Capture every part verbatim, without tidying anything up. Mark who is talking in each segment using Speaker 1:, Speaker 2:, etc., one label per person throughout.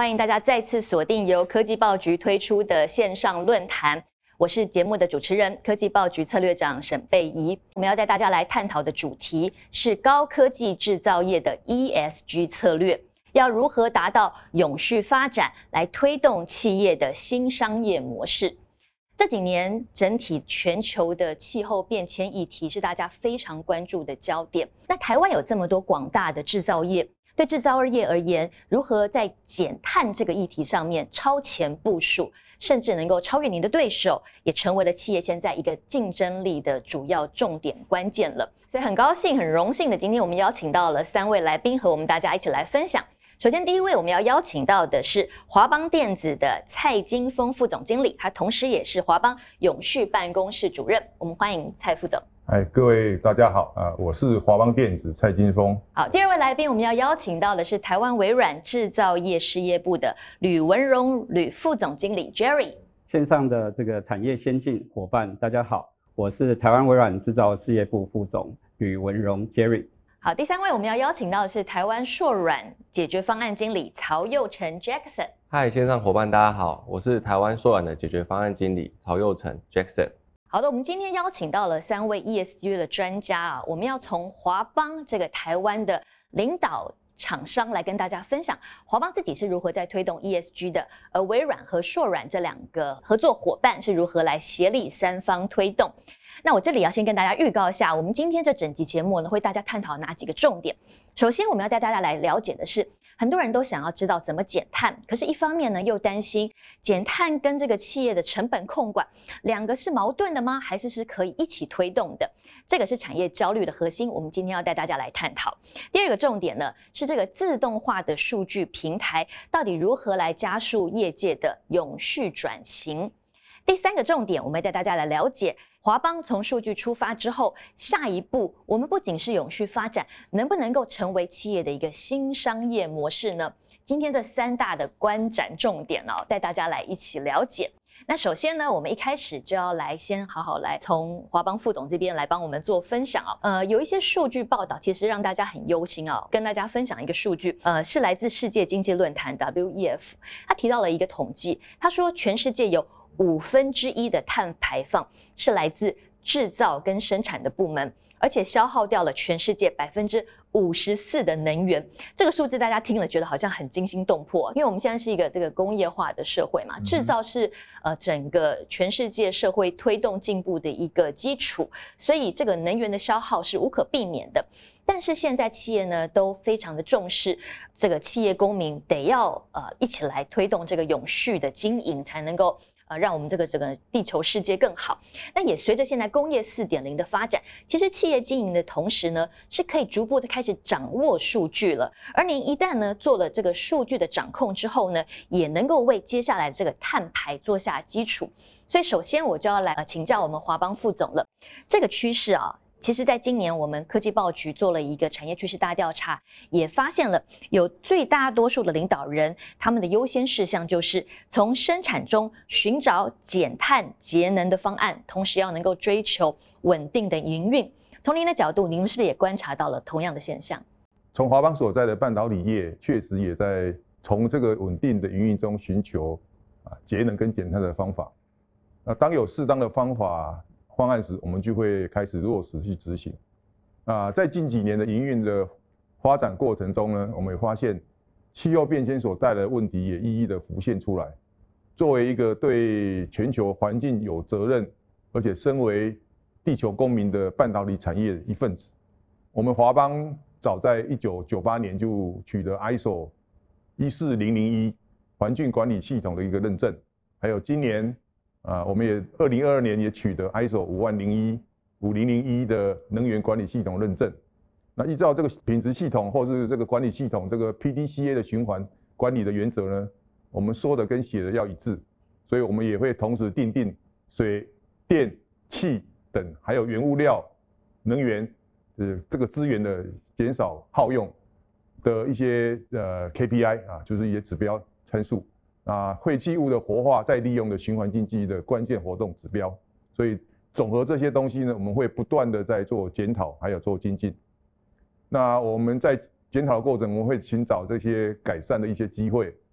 Speaker 1: 欢迎大家再次锁定由科技报局推出的线上论坛。我是节目的主持人，科技报局策略长沈贝怡。我们要带大家来探讨的主题是高科技制造业的 E S G 策略，要如何达到永续发展，来推动企业的新商业模式。这几年，整体全球的气候变迁议题是大家非常关注的焦点。那台湾有这么多广大的制造业，对制造业而言，如何在减碳这个议题上面超前部署，甚至能够超越您的对手，也成为了企业现在一个竞争力的主要重点关键了。所以很高兴、很荣幸的，今天我们邀请到了三位来宾和我们大家一起来分享。首先，第一位我们要邀请到的是华邦电子的蔡金峰副总经理，他同时也是华邦永续办公室主任。我们欢迎蔡副总。
Speaker 2: 哎，各位大家好啊、呃，我是华邦电子蔡金峰。
Speaker 1: 好，第二位来宾我们要邀请到的是台湾微软制造业事业部的吕文荣吕副总经理 Jerry。
Speaker 3: 线上的这个产业先进伙伴，大家好，我是台湾微软制造事业部副总吕文荣 Jerry。
Speaker 1: 好，第三位我们要邀请到的是台湾硕软解决方案经理曹佑成 Jackson。
Speaker 4: 嗨，线上伙伴大家好，我是台湾硕软的解决方案经理曹佑成 Jackson。
Speaker 1: 好的，我们今天邀请到了三位 E S G 的专家啊，我们要从华邦这个台湾的领导厂商来跟大家分享华邦自己是如何在推动 E S G 的，而微软和硕软这两个合作伙伴是如何来协力三方推动。那我这里要先跟大家预告一下，我们今天这整集节目呢，会大家探讨哪几个重点。首先，我们要带大家来了解的是，很多人都想要知道怎么减碳，可是一方面呢，又担心减碳跟这个企业的成本控管两个是矛盾的吗？还是是可以一起推动的？这个是产业焦虑的核心，我们今天要带大家来探讨。第二个重点呢，是这个自动化的数据平台到底如何来加速业界的永续转型。第三个重点，我们带大家来了解华邦从数据出发之后，下一步我们不仅是永续发展，能不能够成为企业的一个新商业模式呢？今天这三大的观展重点哦，带大家来一起了解。那首先呢，我们一开始就要来先好好来从华邦副总这边来帮我们做分享哦。呃，有一些数据报道，其实让大家很忧心哦。跟大家分享一个数据，呃，是来自世界经济论坛 W E F， 他提到了一个统计，他说全世界有五分之一的碳排放是来自制造跟生产的部门，而且消耗掉了全世界百分之五十四的能源。这个数字大家听了觉得好像很惊心动魄，因为我们现在是一个这个工业化的社会嘛，制造是呃整个全世界社会推动进步的一个基础，所以这个能源的消耗是无可避免的。但是现在企业呢都非常的重视这个企业公民得要呃一起来推动这个永续的经营，才能够呃，让我们这个整个地球世界更好。那也随着现在工业 四点零 的发展，其实企业经营的同时呢，是可以逐步的开始掌握数据了。而您一旦呢做了这个数据的掌控之后呢，也能够为接下来这个碳排做下基础。所以首先我就要来、呃、请教我们华邦副总了，这个趋势啊。其实在今年我们科技报局做了一个产业趋势大调查，也发现了有最大多数的领导人他们的优先事项就是从生产中寻找减碳节能的方案，同时要能够追求稳定的营运。从您的角度，您是不是也观察到了同样的现象？
Speaker 2: 从华邦所在的半导体业确实也在从这个稳定的营运中寻求啊节能跟减碳的方法。那当有适当的方法方案时，我们就会开始落实去执行。啊，在近几年的营运的发展过程中呢，我们也发现气候变迁所带来的问题也一一的浮现出来。作为一个对全球环境有责任，而且身为地球公民的半导体产业一份子，我们华邦早在一九九八年就取得 I S O 一四零零一环境管理系统的一个认证，还有今年。啊，我们也二零二二年也取得 I S O 五万零一、五零零一的能源管理系统认证。那依照这个品质系统或是这个管理系统这个 P D C A 的循环管理的原则呢，我们说的跟写的要一致，所以我们也会同时订定水、电、气等还有原物料、能源呃这个资源的减少耗用的一些呃 K P I 啊，就是一些指标参数。啊，废弃物的活化再利用的循环经济的关键活动指标，所以总和这些东西呢，我们会不断的在做检讨，还有做精进。那我们在检讨的过程，我们会寻找这些改善的一些机会，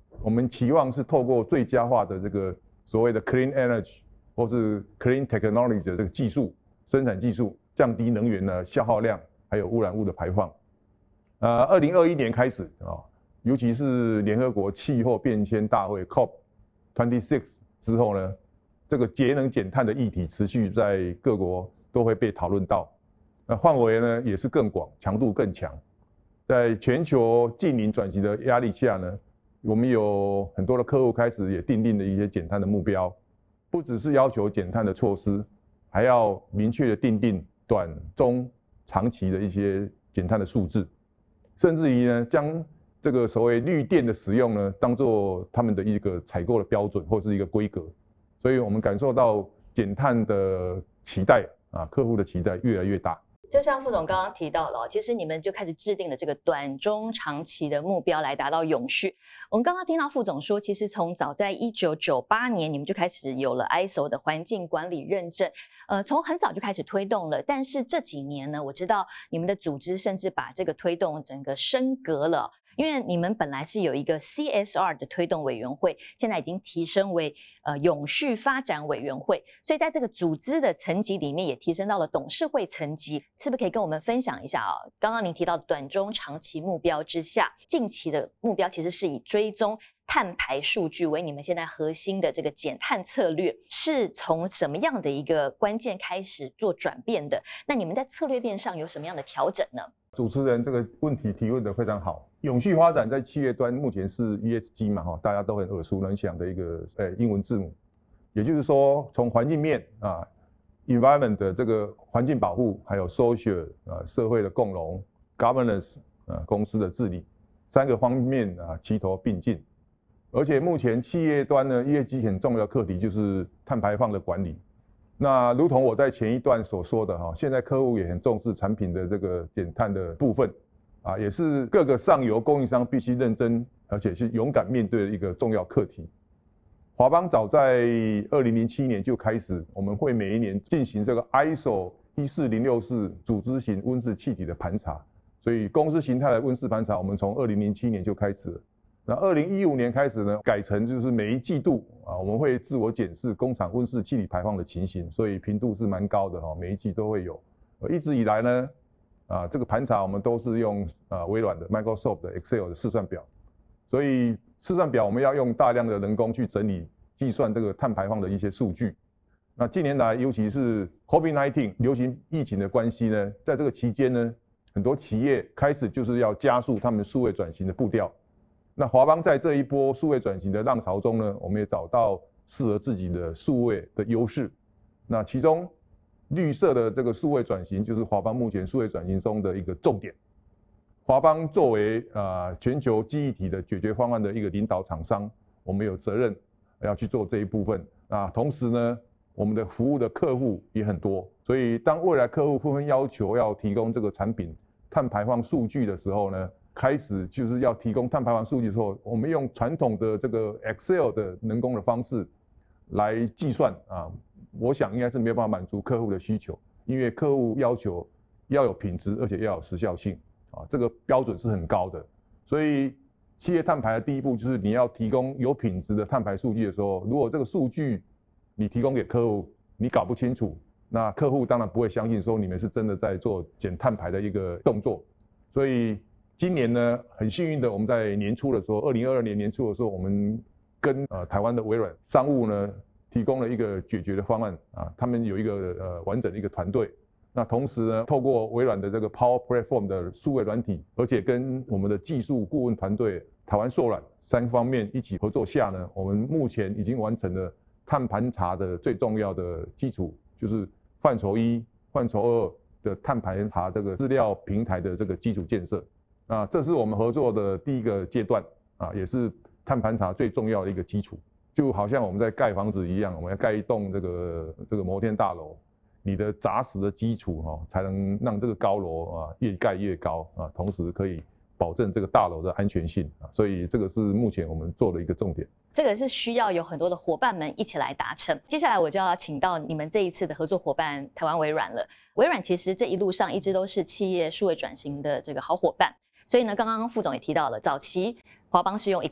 Speaker 2: 我们期望是透过最佳化的这个所谓的 clean energy 或是 clean technology 的这个技术生产技术，降低能源的消耗量，还有污染物的排放。呃，二零二一年开始啊、哦，尤其是联合国气候变迁大会 C O P 二十六 之后呢，这个节能减碳的议题持续在各国都会被讨论到。那范围呢也是更广，强度更强。在全球近零转型的压力下呢，我们有很多的客户开始也订定了一些减碳的目标，不只是要求减碳的措施，还要明确的订定短、中、长期的一些减碳的数字，甚至于呢，将这个所谓绿电的使用呢，当做他们的一个采购的标准或是一个规格。所以我们感受到减碳的期待啊，客户的期待越来越大。
Speaker 1: 就像副总刚刚提到了，其实你们就开始制定了这个短中长期的目标来达到永续。我们刚刚听到副总说，其实从早在一九九八年，你们就开始有了 I S O 的环境管理认证，呃，从很早就开始推动了。但是这几年呢，我知道你们的组织甚至把这个推动整个升格了。因为你们本来是有一个 C S R 的推动委员会，现在已经提升为呃永续发展委员会，所以在这个组织的层级里面也提升到了董事会层级，是不是可以跟我们分享一下啊？刚刚您提到短中长期目标之下，近期的目标其实是以追踪碳排数据为你们现在核心的这个减碳策略，是从什么样的一个关键开始做转变的？那你们在策略面上有什么样的调整呢？
Speaker 2: 主持人这个问题提问得非常好。永续发展在企业端目前是 E S G 嘛，哈，大家都很耳熟能详的一个呃英文字母。也就是说，从环境面啊 ，environment 的这个环境保护，还有 social 啊社会的共荣 ，governance 啊公司的治理，三个方面啊齐头并进。而且目前企业端呢 ，E S G 很重要的课题就是碳排放的管理。那如同我在前一段所说的哈，现在客户也很重视产品的这个减碳的部分，啊，也是各个上游供应商必须认真而且是勇敢面对的一个重要课题。华邦早在二零零七年就开始，我们会每一年进行这个 I S O 一四零六四组织型温室气体的盘查，所以公司形态的温室盘查，我们从二零零七年就开始了。那二零一五年开始呢，改成就是每一季度啊，我们会自我检视工厂温室气体排放的情形，所以频度是蛮高的哈，每一季都会有。一直以来呢，啊这个盘查我们都是用啊微软的 Microsoft 的 Excel 的试算表，所以试算表我们要用大量的人工去整理计算这个碳排放的一些数据。那近年来，尤其是 COVID 十九 流行疫情的关系呢，在这个期间呢，很多企业开始就是要加速他们数位转型的步调。那华邦在这一波数位转型的浪潮中呢，我们也找到适合自己的数位的优势。那其中绿色的这个数位转型就是华邦目前数位转型中的一个重点。华邦作为呃全球记忆体的解决方案的一个领导厂商，我们有责任要去做这一部分。啊，同时呢，我们的服务的客户也很多，所以当未来客户纷纷要求要提供这个产品碳排放数据的时候呢，开始就是要提供碳排放数据的时候，我们用传统的这个 Excel 的人工的方式来计算啊，我想应该是没有办法满足客户的需求，因为客户要求要有品质，而且要有时效性啊，这个标准是很高的。所以企业碳排的第一步就是你要提供有品质的碳排数据的时候，如果这个数据你提供给客户，你搞不清楚，那客户当然不会相信说你们是真的在做减碳排的一个动作，所以。今年呢，很幸运的，我们在年初的时候，二零二二年年初的时候，我们跟呃台湾的微软商务呢提供了一个解决的方案啊，他们有一个呃完整的一个团队。那同时呢，透过微软的这个 Power Platform 的数位软体，而且跟我们的技术顾问团队台湾硕软三方面一起合作下呢，我们目前已经完成了碳盘查的最重要的基础，就是范畴一、范畴二的碳盘查这个资料平台的这个基础建设。啊，这是我们合作的第一个阶段啊，也是碳盘查最重要的一个基础。就好像我们在盖房子一样，我们要盖一栋这个这个摩天大楼，你的扎实的基础哈、啊，才能让这个高楼啊越盖越高啊，同时可以保证这个大楼的安全性啊。所以这个是目前我们做的一个重点。
Speaker 1: 这个是需要有很多的伙伴们一起来达成。接下来我就要请到你们这一次的合作伙伴台湾微软了。微软其实这一路上一直都是企业数位转型的这个好伙伴。所以呢，刚刚副总也提到了，早期华邦是用 Excel，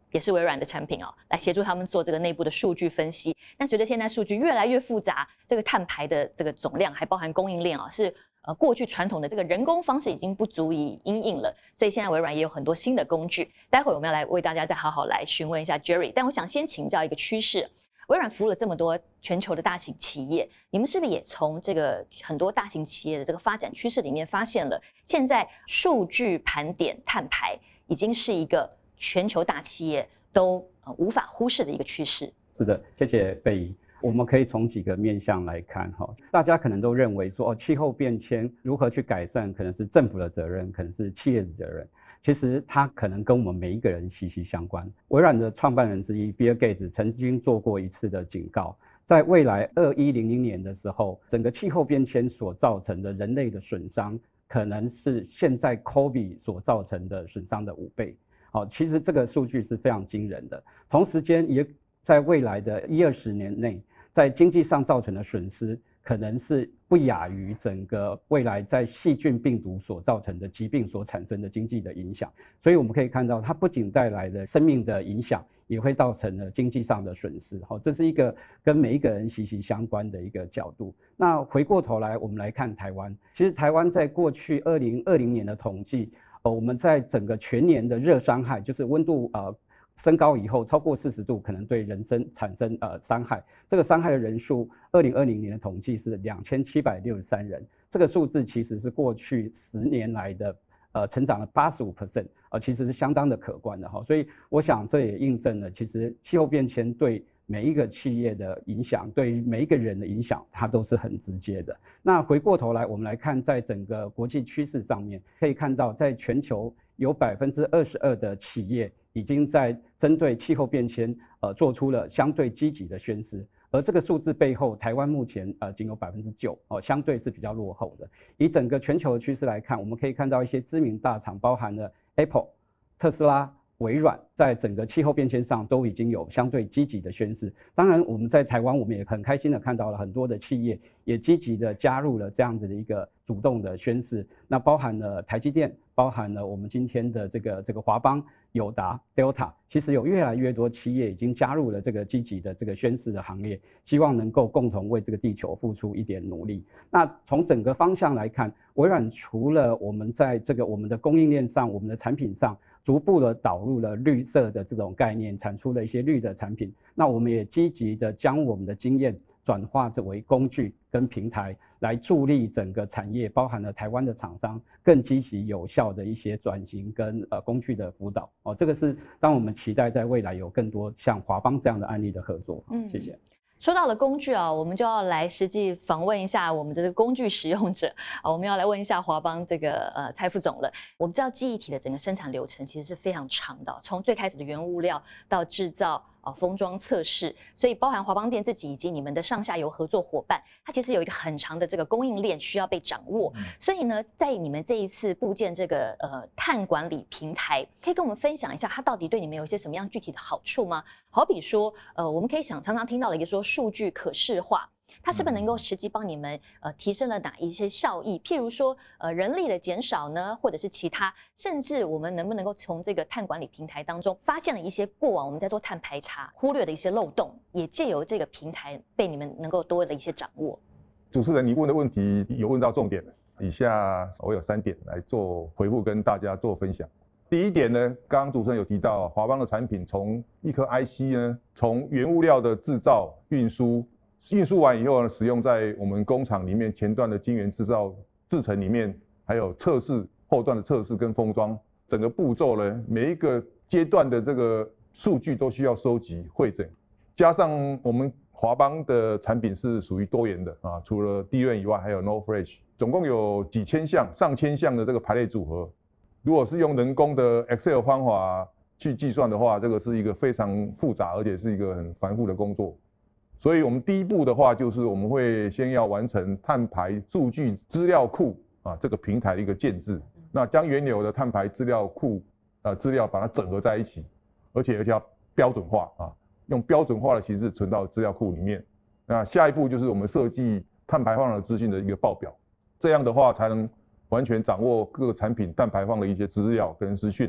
Speaker 1: 也是微软的产品哦，来协助他们做这个内部的数据分析。但随着现在数据越来越复杂，这个碳排的这个总量还包含供应链啊，是呃过去传统的这个人工方式已经不足以因应了，所以现在微软也有很多新的工具。待会我们要来为大家再好好来询问一下 Jerry， 但我想先请教一个趋势。微软服务了这么多全球的大型企业，你们是不是也从这个很多大型企业的这个发展趋势里面发现了，现在数据盘点碳排已经是一个全球大企业都、呃、无法忽视的一个趋势？
Speaker 3: 是的，谢谢贝怡。我们可以从几个面向来看哈，大家可能都认为说哦，气候变迁如何去改善，可能是政府的责任，可能是企业的责任。其实它可能跟我们每一个人息息相关。微软的创办人之一比尔盖茨曾经做过一次的警告，在未来二一零零年的时候，整个气候变迁所造成的人类的损伤，可能是现在 COVID 所造成的损伤的五倍。好，其实这个数据是非常惊人的。同时间，也在未来的一二十年内，在经济上造成的损失，可能是不亚于整个未来在细菌病毒所造成的疾病所产生的经济的影响。所以我们可以看到，它不仅带来了生命的影响，也会造成了经济上的损失。好，这是一个跟每一个人息息相关的一个角度。那回过头来，我们来看台湾。其实台湾在过去二零二零年的统计，呃，我们在整个全年的热伤害，就是温度呃。升高以后，超过四十度可能对人身产生呃伤害。这个伤害的人数，二零二零年的统计是两千七百六十三人。这个数字其实是过去十年来的呃成长了八十五 percent， 呃，其实是相当的可观的哈。所以我想这也印证了，其实气候变迁对每一个企业的影响，对于每一个人的影响，它都是很直接的。那回过头来，我们来看在整个国际趋势上面，可以看到在全球有百分之二十二的企业已经在针对气候变迁，呃，做出了相对积极的宣示，而这个数字背后，台湾目前呃仅有百分之九，哦，相对是比较落后的。以整个全球的趋势来看，我们可以看到一些知名大厂，包含了 Apple、特斯拉、微软，在整个气候变迁上都已经有相对积极的宣示。当然，我们在台湾，我们也很开心的看到了很多的企业也积极的加入了这样子的一个主动的宣示。那包含了台积电，包含了我们今天的这个这个华邦、友达、Delta， 其实有越来越多企业已经加入了这个积极的这个宣示的行列，希望能够共同为这个地球付出一点努力。那从整个方向来看，微软除了我们在这个我们的供应链上，我们的产品上逐步的导入了绿色的这种概念，产出了一些绿的产品。那我们也积极的将我们的经验转化为工具跟平台，来助力整个产业，包含了台湾的厂商更积极有效的一些转型跟呃工具的辅导。哦，这个是当我们期待在未来有更多像华邦这样的案例的合作。嗯，谢谢。
Speaker 1: 说到了工具啊，我们就要来实际访问一下我们的这个工具使用者啊，我们要来问一下华邦这个呃蔡副总了。我们知道记忆体的整个生产流程其实是非常长的，从最开始的原物料到制造啊、封装测试，所以包含华邦电自己以及你们的上下游合作伙伴，它其实有一个很长的这个供应链需要被掌握。嗯、所以呢，在你们这一次布建这个呃碳管理平台，可以跟我们分享一下它到底对你们有一些什么样具体的好处吗？好比说，呃，我们可以想常常听到的一个说数据可视化。它是不是能够实际帮你们呃提升了哪一些效益？譬如说呃人力的减少呢，或者是其他，甚至我们能不能够从这个碳管理平台当中发现了一些过往我们在做碳排查忽略的一些漏洞，也借由这个平台被你们能够多的一些掌握。
Speaker 2: 主持人，你问的问题有问到重点了，以下我有三点来做回复跟大家做分享。第一点呢，刚刚主持人有提到华邦的产品从一颗 I C 呢，从原物料的制造、运输。运输完以后呢，使用在我们工厂里面前段的晶圆制造制程里面，还有测试后段的测试跟封装，整个步骤呢，每一个阶段的这个数据都需要收集汇整，加上我们华邦的产品是属于多元的啊，除了D R A M以外，还有 NOR Flash， 总共有几千项、上千项的这个排列组合。如果是用人工的 Excel 方法去计算的话，这个是一个非常复杂，而且是一个很繁复的工作。所以我们第一步的话，就是我们会先要完成碳排数据资料库啊这个平台的一个建制，那将原有的碳排资料库呃资料把它整合在一起，而且而且要标准化啊，用标准化的形式存到资料库里面。那下一步就是我们设计碳排放的资讯的一个报表，这样的话才能完全掌握各个产品碳排放的一些资料跟资讯。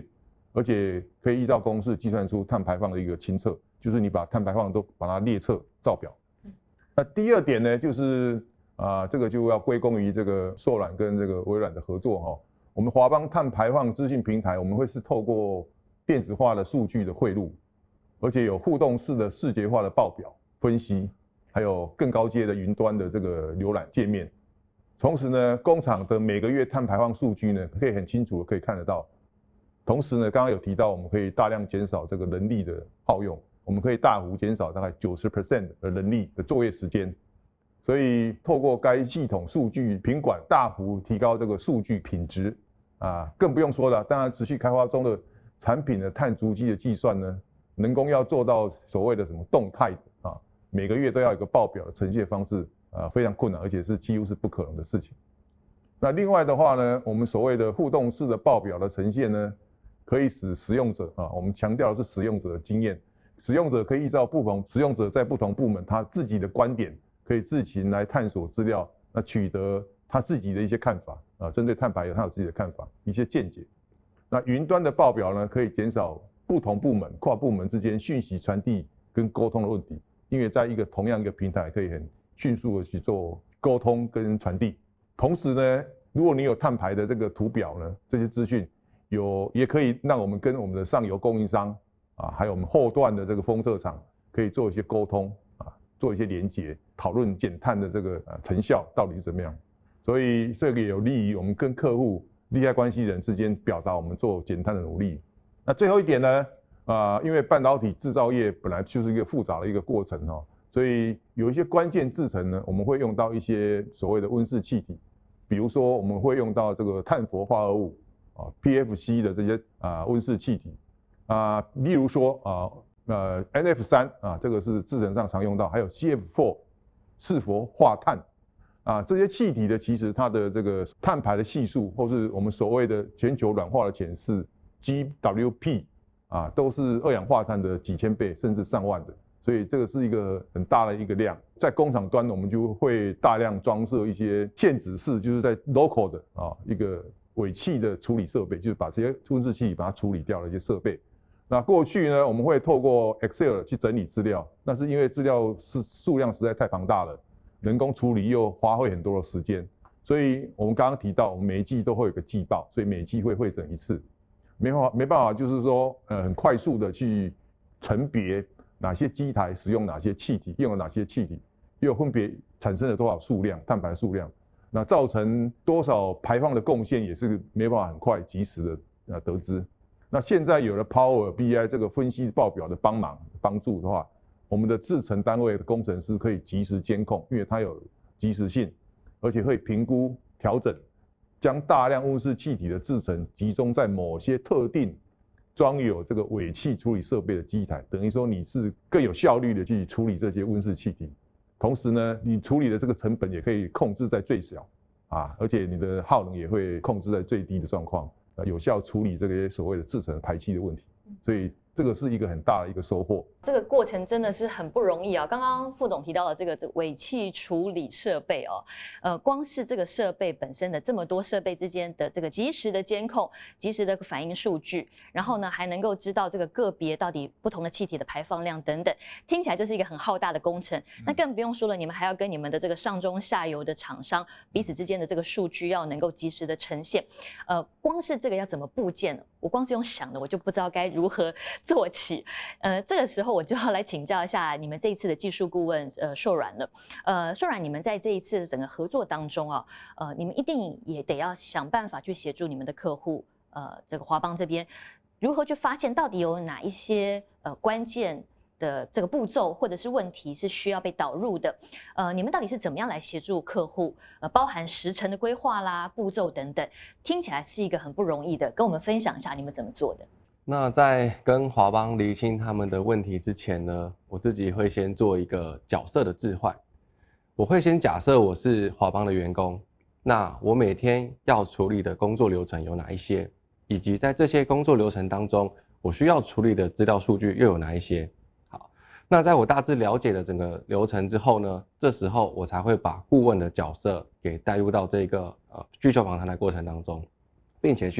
Speaker 2: 而且可以依照公式计算出碳排放的一个清册，就是你把碳排放都把它列册照表。那第二点呢，就是啊，这个就要归功于这个硕软跟这个微软的合作哈。我们华邦碳排放资讯平台，我们会是透过电子化的数据的汇入，而且有互动式的视觉化的报表分析，还有更高阶的云端的这个浏览界面。同时呢，工厂的每个月碳排放数据呢，可以很清楚的可以看得到。同时呢，刚刚有提到，我们可以大量减少这个人力的耗用，我们可以大幅减少大概 百分之九十 的人力的作业时间。所以透过该系统数据品管，大幅提高这个数据品质啊，更不用说了。当然，持续开发中的产品的碳足迹的计算呢，人工要做到所谓的什么动态的啊，每个月都要有一个报表的呈现方式啊，非常困难，而且是几乎是不可能的事情。那另外的话呢，我们所谓的互动式的报表的呈现呢，可以使使用者啊，我们强调的是使用者的经验，使用者可以依照不同使用者在不同部门他自己的观点，可以自行来探索资料，那取得他自己的一些看法啊，针对碳排有他有自己的看法，一些见解。那云端的报表呢，可以减少不同部门、跨部门之间讯息传递跟沟通的问题，因为在一个同样一个平台，可以很迅速的去做沟通跟传递。同时呢，如果你有碳排的这个图表呢，这些资讯有也可以让我们跟我们的上游供应商啊，还有我们后段的这个封测厂，可以做一些沟通啊，做一些连结，讨论减碳的这个呃成效到底是怎么样。所以这个有利于我们跟客户、利害关系人之间表达我们做减碳的努力。那最后一点呢，啊、呃，因为半导体制造业本来就是一个复杂的一个过程哦，所以有一些关键制程呢，我们会用到一些所谓的温室气体，比如说我们会用到这个碳氟化合物啊 ，P F C 的这些啊温室气体啊，例如说啊呃 N F 三 啊，这个是制程上常用到，还有 C F 四 四氟化碳。啊，这些气体的其实它的这个碳排的系数，或是我们所谓的全球暖化的潜势 G W P 啊，都是二氧化碳的几千倍甚至上万的，所以这个是一个很大的一个量。在工厂端，我们就会大量装设一些限制式，就是在 local 的啊一个尾气的处理设备，就是把这些温室气体把它处理掉的一些设备。那过去呢，我们会透过 Excel 去整理资料，但是因为资料是数量实在太庞大了。人工处理又花费很多的时间，所以我们刚刚提到，我们每一季都会有个季报，所以每季会会诊一次，没办法没办法，就是说，呃，很快速的去甄别哪些机台使用哪些气体，用了哪些气体，又分别产生了多少数量，碳排数量，那造成多少排放的贡献，也是没办法很快及时的呃得知。那现在有了 Power B I 这个分析报表的帮忙帮助的话，我们的制程单位的工程师可以及时监控，因为它有及时性，而且会评估调整，将大量温室气体的制程集中在某些特定装有这个尾气处理设备的机台，等于说你是更有效率的去处理这些温室气体，同时呢，你处理的这个成本也可以控制在最小啊，而且你的耗能也会控制在最低的状况，呃，有效处理这些所谓的制程排气的问题，所以这个是一个很大的一个收获。
Speaker 1: 这个过程真的是很不容易啊！刚刚副总提到了这个这个尾气处理设备哦，呃，光是这个设备本身的这么多设备之间的这个及时的监控、及时的反映数据，然后呢还能够知道这个个别到底不同的气体的排放量等等，听起来就是一个很浩大的工程。那更不用说了，你们还要跟你们的这个上中下游的厂商彼此之间的这个数据要能够及时的呈现。呃，光是这个要怎么部件呢？我光是用想的，我就不知道该如何做起。呃，这个时候我就要来请教一下你们这一次的技术顾问呃硕软了。呃，硕软，你们在这一次的整个合作当中啊，呃，你们一定也得要想办法去协助你们的客户，呃，这个华邦这边如何去发现到底有哪一些呃关键的这个步骤或者是问题是需要被导入的，呃，你们到底是怎么样来协助客户？呃，包含时程的规划啦、步骤等等，听起来是一个很不容易的，跟我们分享一下你们怎么做的。
Speaker 4: 那在跟华邦厘清他们的问题之前呢，我自己会先做一个角色的置换。我会先假设我是华邦的员工，那我每天要处理的工作流程有哪一些，以及在这些工作流程当中，我需要处理的资料数据又有哪一些。那在我大致了解了整个流程之后呢，这时候我才会把顾问的角色给带入到这个呃需求访谈的过程当中，并且去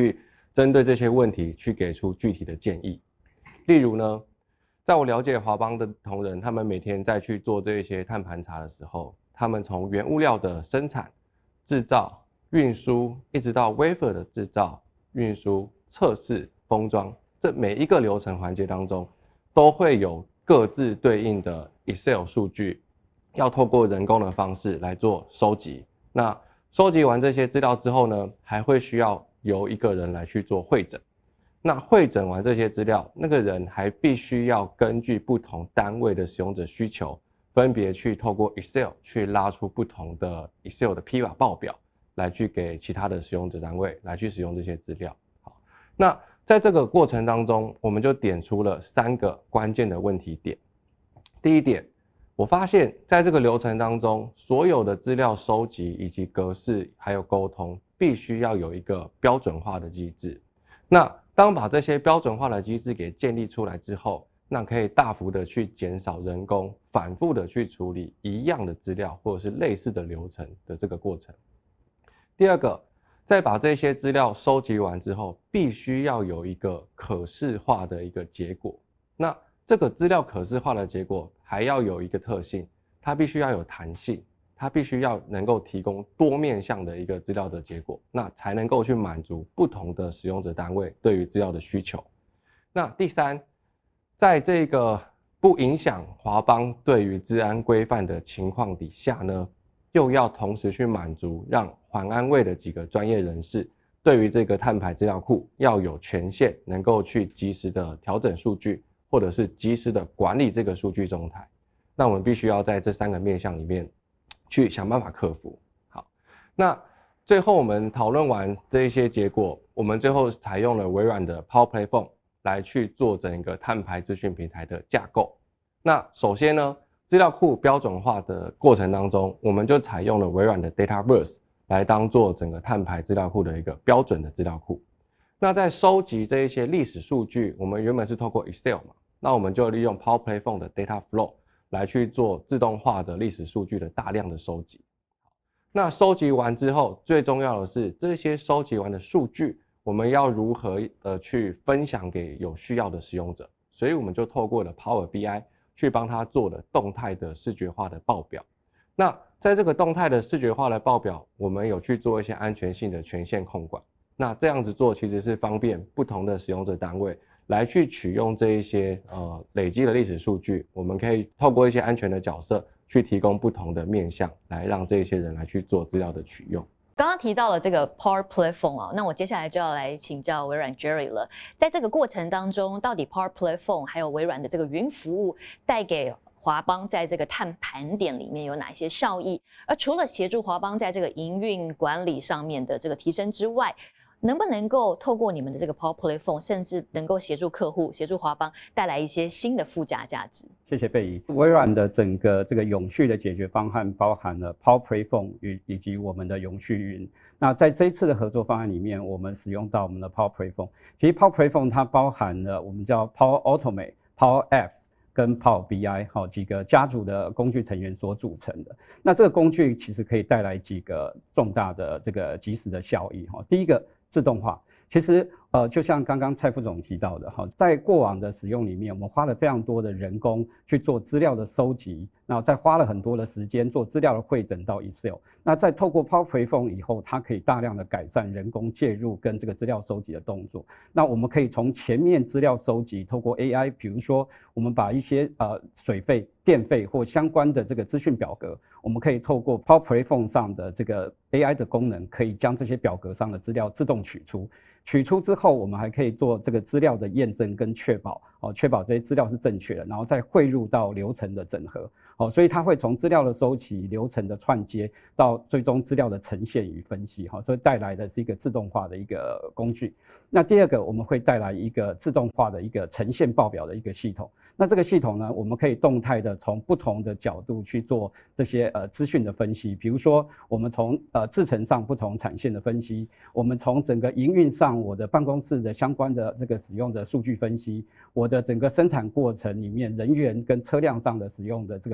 Speaker 4: 针对这些问题去给出具体的建议。例如呢，在我了解华邦的同仁，他们每天在去做这些碳盘查的时候，他们从原物料的生产、制造、运输，一直到 wafer 的制造、运输、测试、封装，这每一个流程环节当中，都会有各自对应的 Excel 数据，要透过人工的方式来做收集。那收集完这些资料之后呢，还会需要由一个人来去做汇整。那汇整完这些资料，那个人还必须要根据不同单位的使用者需求，分别去透过 Excel 去拉出不同的 Excel 的 P V A 报表，来去给其他的使用者单位来去使用这些资料。好，那在这个过程当中，我们就点出了三个关键的问题点。第一点，我发现在这个流程当中，所有的资料收集以及格式还有沟通，必须要有一个标准化的机制。那当把这些标准化的机制给建立出来之后，那可以大幅的去减少人工反复的去处理一样的资料或者是类似的流程的这个过程。第二个，在把这些资料收集完之后，必须要有一个可视化的一个结果。那这个资料可视化的结果还要有一个特性，它必须要有弹性，它必须要能够提供多面向的一个资料的结果，那才能够去满足不同的使用者单位对于资料的需求。那第三，在这个不影响华邦对于资安规范的情况底下呢，又要同时去满足让环安卫的几个专业人士对于这个碳排资料库要有权限，能够去及时的调整数据，或者是及时的管理这个数据中台。那我们必须要在这三个面向里面去想办法克服。好，那最后我们讨论完这一些结果，我们最后采用了微软的 Power Platform 来去做整个碳排资讯平台的架构。那首先呢，资料库标准化的过程当中，我们就采用了微软的 Dataverse 来当做整个碳排资料库的一个标准的资料库。那在收集这一些历史数据，我们原本是透过 Excel 嘛，那我们就利用 Power Platform 的 Data Flow 来去做自动化的历史数据的大量的收集。那收集完之后，最重要的是这些收集完的数据，我们要如何呃去分享给有需要的使用者？所以我们就透过了 Power B I 去帮他做了动态的视觉化的报表。那在这个动态的视觉化的报表，我们有去做一些安全性的权限控管。那这样子做其实是方便不同的使用者单位来去取用这一些呃累积的历史数据，我们可以透过一些安全的角色去提供不同的面向，来让这些人来去做资料的取用。
Speaker 1: 刚刚提到了这个 Power Platform 啊，那我接下来就要来请教微软 Jerry 了。在这个过程当中，到底 Power Platform 还有微软的这个云服务带给华邦在这个碳盘点里面有哪些效益？而除了协助华邦在这个营运管理上面的这个提升之外，能不能够透过你们的这个 Power Platform， 甚至能够协助客户、协助华邦带来一些新的附加价值？
Speaker 3: 谢谢贝怡。微软的整个这个永续的解决方案包含了 Power Platform 与以及我们的永续云。那在这一次的合作方案里面，我们使用到我们的 Power Platform。其实 Power Platform 它包含了我们叫 Power Automate、Power Apps 跟 Power B I 好几个家族的工具成员所组成的。那这个工具其实可以带来几个重大的这个即时的效益哈。第一个，自动化。其实呃，就像刚刚蔡副总提到的哈，在过往的使用里面，我们花了非常多的人工去做资料的收集，然后再花了很多的时间做资料的汇整到 Excel。那在透过 Power Platform 以后，它可以大量的改善人工介入跟这个资料收集的动作。那我们可以从前面资料收集，透过 A I， 比如说我们把一些呃水费、电费或相关的这个资讯表格，我们可以透过 Power Platform 上的这个 A I 的功能，可以将这些表格上的资料自动取出。取出之后，我们还可以做这个资料的验证跟确保，哦，确保这些资料是正确的，然后再汇入到流程的整合，哦，所以它会从资料的收集、流程的串接到最终资料的呈现与分析，哈，所以带来的是一个自动化的一个工具。那第二个，我们会带来一个自动化的一个呈现报表的一个系统。那这个系统呢，我们可以动态的从不同的角度去做这些呃资讯的分析，比如说我们从呃制程上不同产线的分析，我们从整个营运上我的办公室的相关的这个使用的数据分析，我的整个生产过程里面人员跟车辆上的使用的这个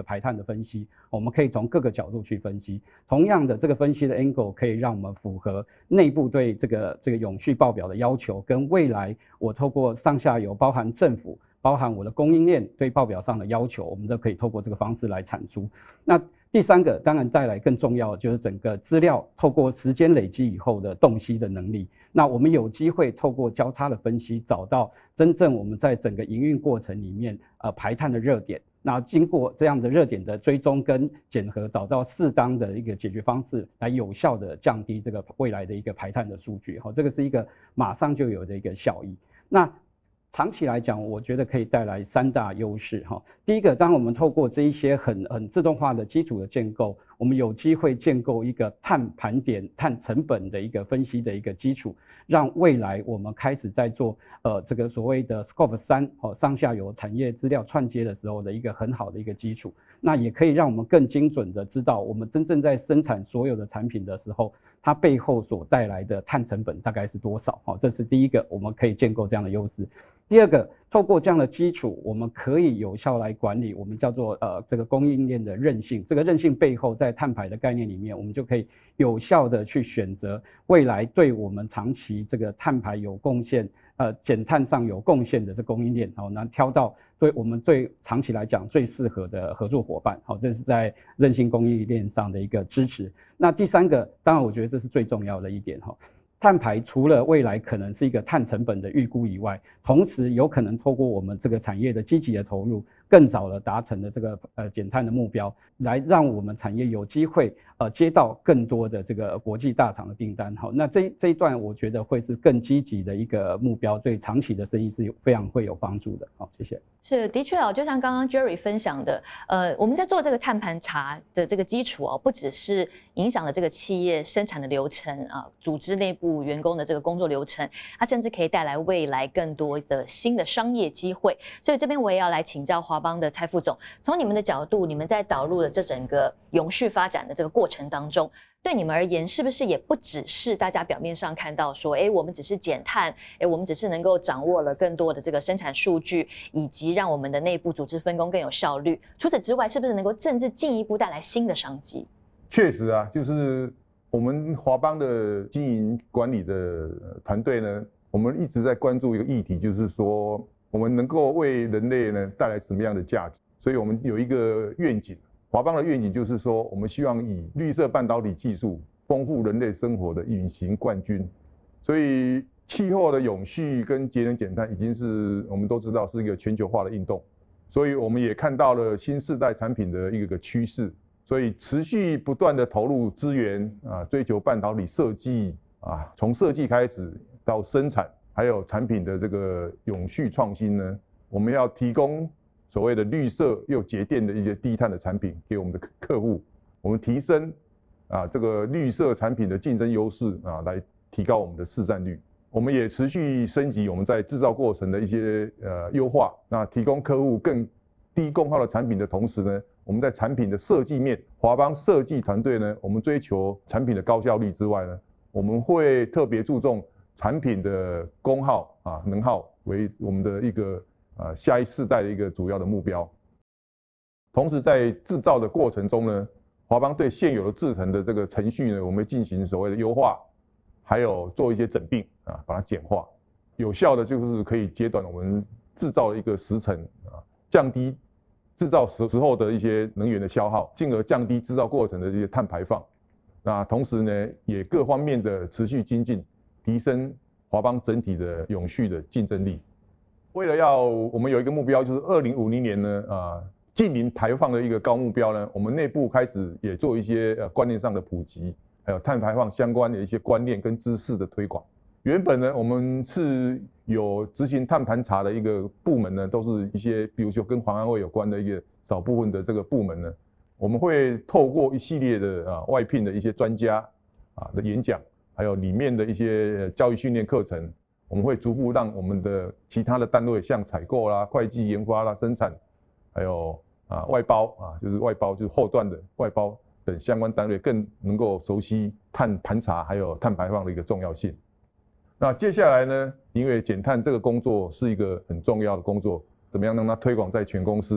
Speaker 3: 排碳的分析，我们可以从各个角度去分析。同样的，这个分析的 angle 可以让我们符合内部对这个这个永续报表的要求，跟未来我透过上下游，包含政府，包含我的供应链对报表上的要求，我们都可以透过这个方式来产出。那第三个当然带来更重要的就是整个资料透过时间累积以后的洞悉的能力。那我们有机会透过交叉的分析，找到真正我们在整个营运过程里面呃排碳的热点。那经过这样的热点的追踪跟检核，找到适当的一个解决方式，来有效的降低这个未来的一个排碳的数据。好，这个是一个马上就有的一个效益。那长期来讲，我觉得可以带来三大优势哈。第一个，当我们透过这一些很很自动化的基础的建构，我们有机会建构一个碳盘点、碳成本的一个分析的一个基础，让未来我们开始在做呃这个所谓的 Scope 三哦上下游产业资料串接的时候的一个很好的一个基础。那也可以让我们更精准的知道，我们真正在生产所有的产品的时候，它背后所带来的碳成本大概是多少？哦，这是第一个，我们可以建构这样的优势。第二个，透过这样的基础，我们可以有效来管理我们叫做呃这个供应链的韧性。这个韧性背后，在碳排的概念里面，我们就可以有效的去选择未来对我们长期这个碳排有贡献、呃减碳上有贡献的这供应链，好，那挑到对我们最长期来讲最适合的合作伙伴，好，这是在韧性供应链上的一个支持。那第三个，当然我觉得这是最重要的一点哈。碳排除了未来可能是一个碳成本的预估以外，同时有可能透过我们这个产业的积极的投入，更早的达成的这个呃减碳的目标，来让我们产业有机会呃接到更多的这个国际大厂的订单。好，那这这一段我觉得会是更积极的一个目标，对长期的生意是非常会有帮助的。好，谢谢。
Speaker 1: 是，的确哦，就像刚刚 Jerry 分享的，呃，我们在做这个碳盘查的这个基础哦，不只是影响了这个企业生产的流程啊，组织内部员工的这个工作流程，它甚至可以带来未来更多的新的商业机会。所以这边我也要来请教华邦的蔡副总，从你们的角度，你们在导入的这整个永续发展的这个过程当中，对你们而言，是不是也不只是大家表面上看到说，哎，我们只是减碳，哎，我们只是能够掌握了更多的这个生产数据，以及让我们的内部组织分工更有效率。除此之外，是不是能够甚至进一步带来新的商机？
Speaker 2: 确实啊，就是我们华邦的经营管理的团队呢，我们一直在关注一个议题，就是说我们能够为人类呢带来什么样的价值。所以我们有一个愿景。华邦的愿景就是说，我们希望以绿色半导体技术丰富人类生活的隐形冠军。所以气候的永续跟节能减碳已经是我们都知道是一个全球化的运动，所以我们也看到了新世代产品的一个趋势，所以持续不断的投入资源啊，追求半导体设计啊，从设计开始到生产，还有产品的这个永续创新呢，我们要提供所谓的绿色又节电的一些低碳的产品给我们的客户，我们提升啊这个绿色产品的竞争优势啊，来提高我们的市占率。我们也持续升级我们在制造过程的一些呃优化，那提供客户更低功耗的产品的同时呢，我们在产品的设计面，华邦设计团队呢，我们追求产品的高效率之外呢，我们会特别注重产品的功耗啊能耗为我们的一个呃下一世代的一个主要的目标。同时在制造的过程中呢，华邦对现有的制程的这个程序呢，我们会进行所谓的优化，还有做一些整并啊，把它简化，有效的就是可以缩短我们制造的一个时程啊，降低制造时时候的一些能源的消耗，进而降低制造过程的这些碳排放。那同时呢，也各方面的持续精进，提升华邦整体的永续的竞争力。为了要我们有一个目标，就是二零五零年呢啊净零排放的一个高目标呢，我们内部开始也做一些呃观念上的普及，还有碳排放相关的一些观念跟知识的推广。原本呢，我们是有执行碳盘查的一个部门呢，都是一些比如说跟环安会有关的一个少部分的这个部门呢，我们会透过一系列的啊外聘的一些专家啊的演讲，还有里面的一些教育训练课程，我们会逐步让我们的其他的单位，像采购啦、会计、研发啦、生产，还有啊外包啊，就是外包就是后段的外包等相关单位，更能够熟悉碳盘查还有碳排放的一个重要性。那接下来呢，因为减碳这个工作是一个很重要的工作，怎么样让它推广在全公司？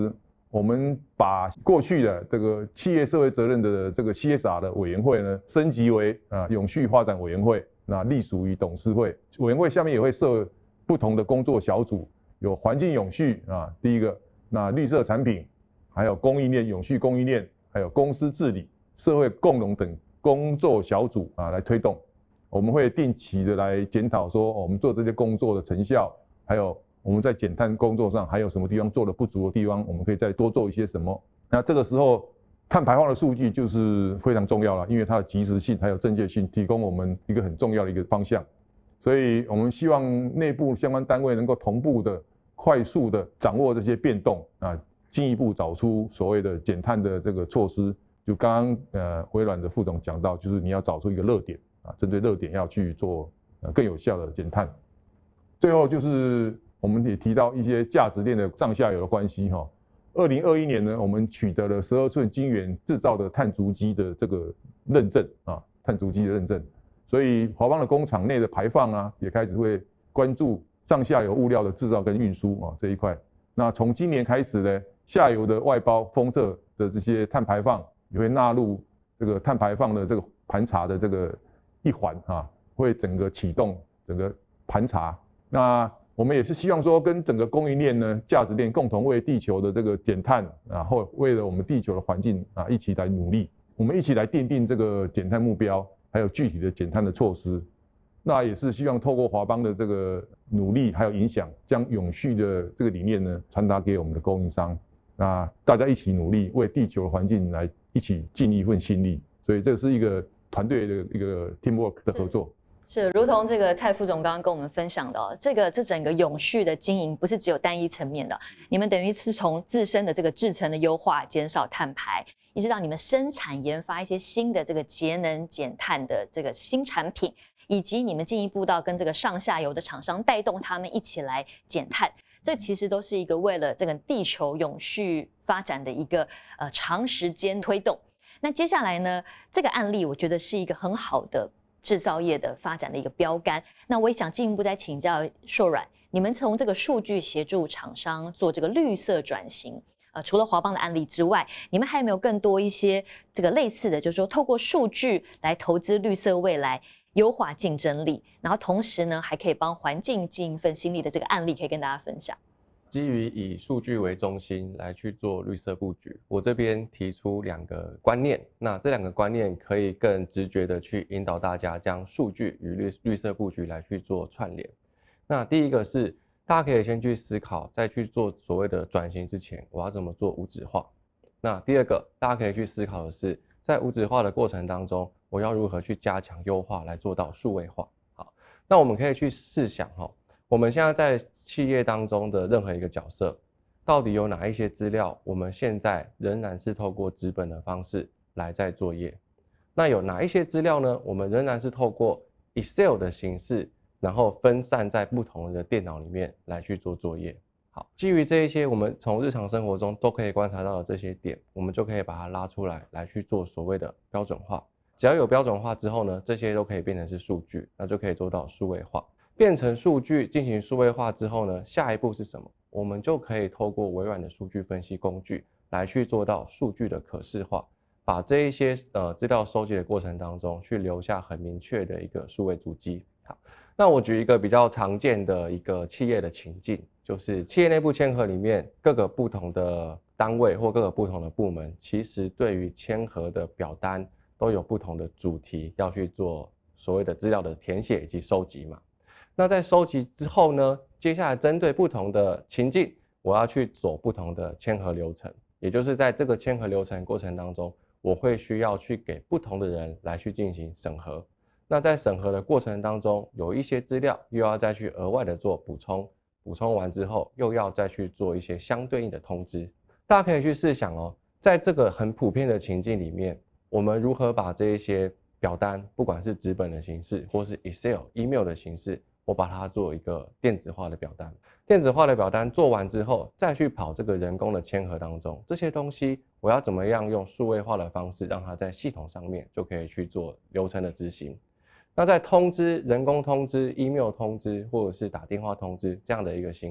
Speaker 2: 我们把过去的这个企业社会责任的这个 C S R 的委员会呢，升级为啊永续发展委员会，那隶属于董事会。委员会下面也会设不同的工作小组，有环境永续啊，第一个，那绿色产品，还有供应链永续供应链，还有公司治理、社会共荣等工作小组啊来推动。我们会定期的来检讨说，我们做这些工作的成效，还有我们在减碳工作上还有什么地方做的不足的地方，我们可以再多做一些什么。那这个时候，碳排放的数据就是非常重要了，因为它的及时性还有正确性，提供我们一个很重要的一个方向。所以我们希望内部相关单位能够同步的、快速的掌握这些变动啊，进一步找出所谓的减碳的这个措施。就刚刚呃微软的副总讲到，就是你要找出一个热点啊，针对热点要去做呃更有效的减碳。最后就是我们也提到一些价值链的上下游的关系哈。二零二一年呢，我们取得了十二寸晶圆制造的碳足迹的这个认证啊，碳足迹的认证。所以华邦的工厂内的排放啊，也开始会关注上下游物料的制造跟运输啊这一块。那从今年开始呢，下游的外包封测的这些碳排放也会纳入这个碳排放的这个盘查的这个一环啊，会整个启动整个盘查。那我们也是希望说，跟整个供应链呢、价值链共同为地球的这个减碳，然后为了我们地球的环境啊，一起来努力。我们一起来奠定这个减碳目标，还有具体的减碳的措施。那也是希望透过华邦的这个努力还有影响，将永续的这个理念呢传达给我们的供应商。那大家一起努力，为地球的环境来一起尽一份心力。所以这是一个团队的一个 teamwork 的合作。
Speaker 1: 是，如同这个蔡副总刚刚跟我们分享的、哦，这个这整个永续的经营不是只有单一层面的，你们等于是从自身的这个制程的优化、减少碳排，一直到你们生产研发一些新的这个节能减碳的这个新产品，以及你们进一步到跟这个上下游的厂商带动他们一起来减碳，这其实都是一个为了这个地球永续发展的一个呃长时间推动。那接下来呢，这个案例我觉得是一个很好的制造业的发展的一个标杆。那我也想进一步再请教硕软，你们从这个数据协助厂商做这个绿色转型，呃，除了华邦的案例之外，你们还有没有更多一些这个类似的，就是说透过数据来投资绿色未来，优化竞争力，然后同时呢，还可以帮环境尽一份心力的这个案例，可以跟大家分享。
Speaker 4: 基于以数据为中心来去做绿色布局，我这边提出两个观念，那这两个观念可以更直觉的去引导大家将数据与绿绿色布局来去做串联。那第一个是大家可以先去思考，在去做所谓的转型之前，我要怎么做无纸化。那第二个大家可以去思考的是，在无纸化的过程当中，我要如何去加强优化来做到数位化。好，那我们可以去试想哈。我们现在在企业当中的任何一个角色，到底有哪一些资料，我们现在仍然是透过纸本的方式来在作业？那有哪一些资料呢？我们仍然是透过 Excel 的形式，然后分散在不同的电脑里面来去做作业。好，基于这一些我们从日常生活中都可以观察到的这些点，我们就可以把它拉出来，来去做所谓的标准化。只要有标准化之后呢，这些都可以变成是数据，那就可以做到数位化。变成数据进行数位化之后呢，下一步是什么？我们就可以透过微软的数据分析工具来去做到数据的可视化，把这一些呃资料收集的过程当中去留下很明确的一个数位足迹。好，那我举一个比较常见的一个企业的情境，就是企业内部签核里面各个不同的单位或各个不同的部门，其实对于签核的表单都有不同的主题要去做所谓的资料的填写以及收集嘛。那在收集之后呢，接下来针对不同的情境，我要去走不同的签核流程，也就是在这个签核流程过程当中，我会需要去给不同的人来去进行审核。那在审核的过程当中，有一些资料又要再去额外的做补充，补充完之后又要再去做一些相对应的通知。大家可以去试想哦，在这个很普遍的情境里面，我们如何把这一些表单，不管是纸本的形式或是 Excel、email 的形式，我把它做一个电子化的表单，电子化的表单做完之后，再去跑这个人工的签核当中，这些东西我要怎么样用数位化的方式，让它在系统上面就可以去做流程的执行。那在通知、人工通知、email 通知或者是打电话通知这样的一个行为，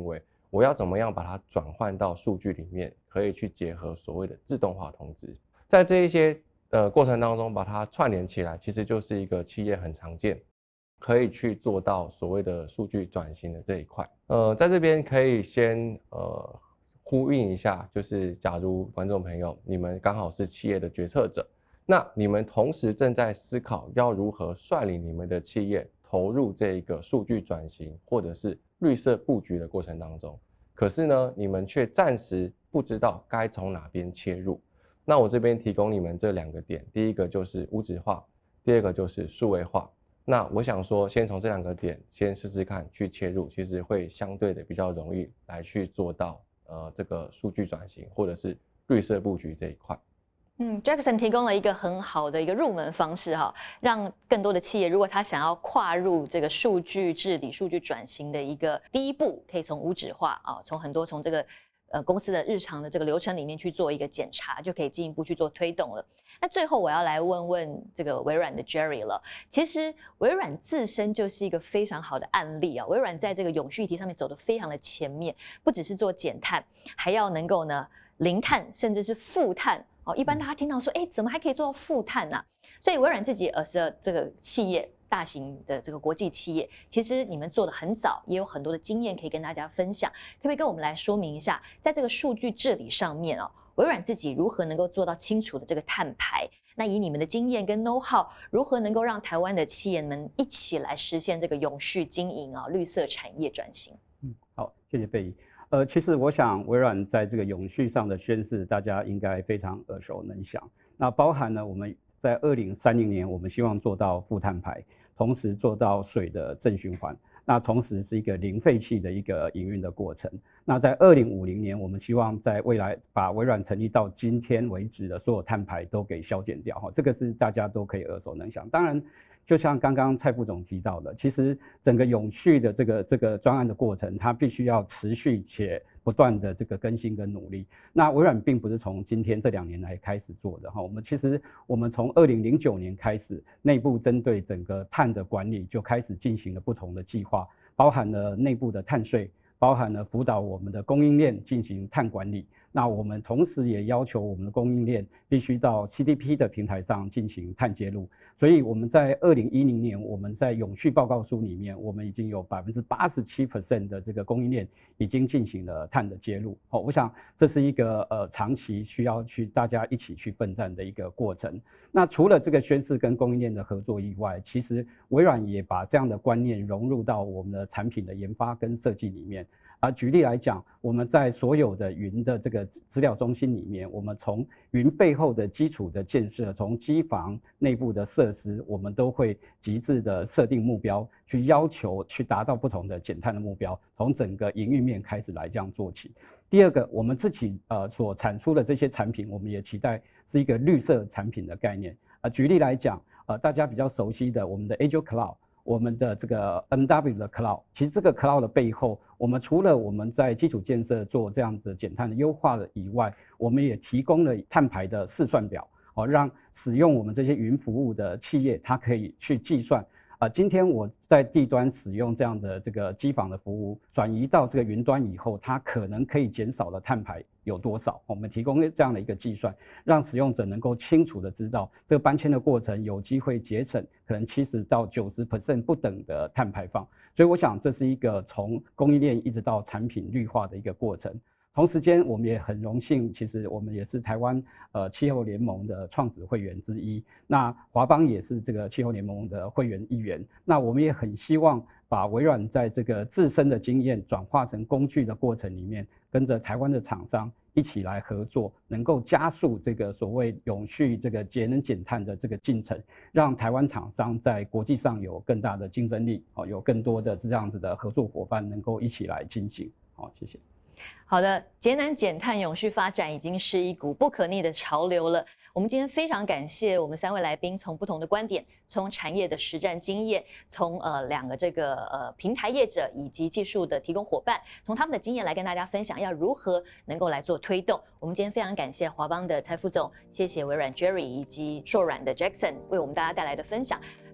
Speaker 4: 我要怎么样把它转换到数据里面，可以去结合所谓的自动化通知，在这一些呃过程当中把它串联起来，其实就是一个企业很常见可以去做到所谓的数据转型的这一块。呃，在这边可以先呃呼应一下，就是假如观众朋友你们刚好是企业的决策者，那你们同时正在思考要如何率领你们的企业投入这个数据转型或者是绿色布局的过程当中，可是呢，你们却暂时不知道该从哪边切入。那我这边提供你们这两个点，第一个就是无纸化，第二个就是数位化。那我想说，先从这两个点先试试看去切入，其实会相对的比较容易来去做到呃这个数据转型或者是绿色布局这一块。
Speaker 1: 嗯 ，Jackson 提供了一个很好的一个入门方式哈，让更多的企业，如果他想要跨入这个数据治理、数据转型的一个第一步，可以从无纸化啊，从很多从这个呃公司的日常的这个流程里面去做一个检查，就可以进一步去做推动了。那最后我要来问问这个微软的 Jerry 了。其实微软自身就是一个非常好的案例啊，微软在这个永续议题上面走得非常的前面，不只是做减碳，还要能够呢零碳，甚至是负碳。哦，一般大家听到说，哎，怎么还可以做到负碳啊？所以微软自己呃是这个企业，大型的这个国际企业，其实你们做得很早，也有很多的经验可以跟大家分享。可不可以跟我们来说明一下，在这个数据治理上面哦，微软自己如何能够做到清楚的这个碳排？那以你们的经验跟 know how， 如何能够让台湾的企业们一起来实现这个永续经营啊、绿色产业转型？
Speaker 3: 嗯，好，谢谢贝怡。呃，其实我想微软在这个永续上的宣示，大家应该非常耳熟能详。那包含了我们在二零三零年，我们希望做到负碳排，同时做到水的正循环。那同时是一个零废弃的一个营运的过程。那在二零五零年，我们希望在未来把微软成立到今天为止的所有碳排都给削减掉哈，这个是大家都可以耳熟能详。当然，就像刚刚蔡副总提到的，其实整个永续的这个这个专案的过程，它必须要持续且不断的这个更新跟努力。那微软并不是从今天这两年来开始做的哈，我们其实我们从二零零九年开始，内部针对整个碳的管理就开始进行了不同的计划，包含了内部的碳税，包含了辅导我们的供应链进行碳管理。那我们同时也要求我们的供应链必须到 C D P 的平台上进行碳揭露，所以我们在二零一零年，我们在永续报告书里面，我们已经有 百分之八十七 的这个供应链已经进行了碳的揭露。哦，我想这是一个呃长期需要去大家一起去奋战的一个过程。那除了这个宣示跟供应链的合作以外，其实微软也把这样的观念融入到我们的产品的研发跟设计里面。啊，举例来讲，我们在所有的云的这个资料中心里面，我们从云背后的基础的建设，从机房内部的设施，我们都会极致的设定目标，去要求去达到不同的减碳的目标，从整个营运面开始来这样做起。第二个，我们自己呃所产出的这些产品，我们也期待是一个绿色产品的概念。啊，举例来讲，呃，大家比较熟悉的我们的 Azure Cloud。我们的这个 M W 的 Cloud， 其实这个 Cloud 的背后，我们除了我们在基础建设做这样子减碳的优化的以外，我们也提供了碳排的试算表，哦，让使用我们这些云服务的企业，它可以去计算。啊、呃，今天我在地端使用这样的这个机房的服务，转移到这个云端以后，它可能可以减少的碳排有多少？我们提供这样的一个计算，让使用者能够清楚的知道这个搬迁的过程有机会节省可能七十到九十 percent 不等的碳排放。所以我想这是一个从供应链一直到产品绿化的一个过程。同时间，我们也很荣幸，其实我们也是台湾呃气候联盟的创始会员之一。那华邦也是这个气候联盟的会员一员。那我们也很希望把微软在这个自身的经验转化成工具的过程里面，跟着台湾的厂商一起来合作，能够加速这个所谓永续这个节能减碳的这个进程，让台湾厂商在国际上有更大的竞争力，哦，有更多的这样子的合作伙伴能够一起来进行。好，谢谢。
Speaker 1: 好的，节能减碳、永续发展已经是一股不可逆的潮流了。我们今天非常感谢我们三位来宾，从不同的观点，从产业的实战经验，从呃两个这个呃平台业者以及技术的提供伙伴，从他们的经验来跟大家分享要如何能够来做推动。我们今天非常感谢华邦的蔡副总，谢谢微软 Jerry 以及硕软的 Jackson 为我们大家带来的分享。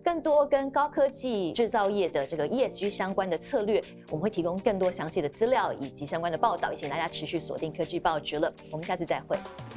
Speaker 1: 更多跟高科技制造业的这个 E S G 相关的策略，我们会提供更多详细的资料以及相关的报道，也请大家持续锁定科技报局了。我们下次再会。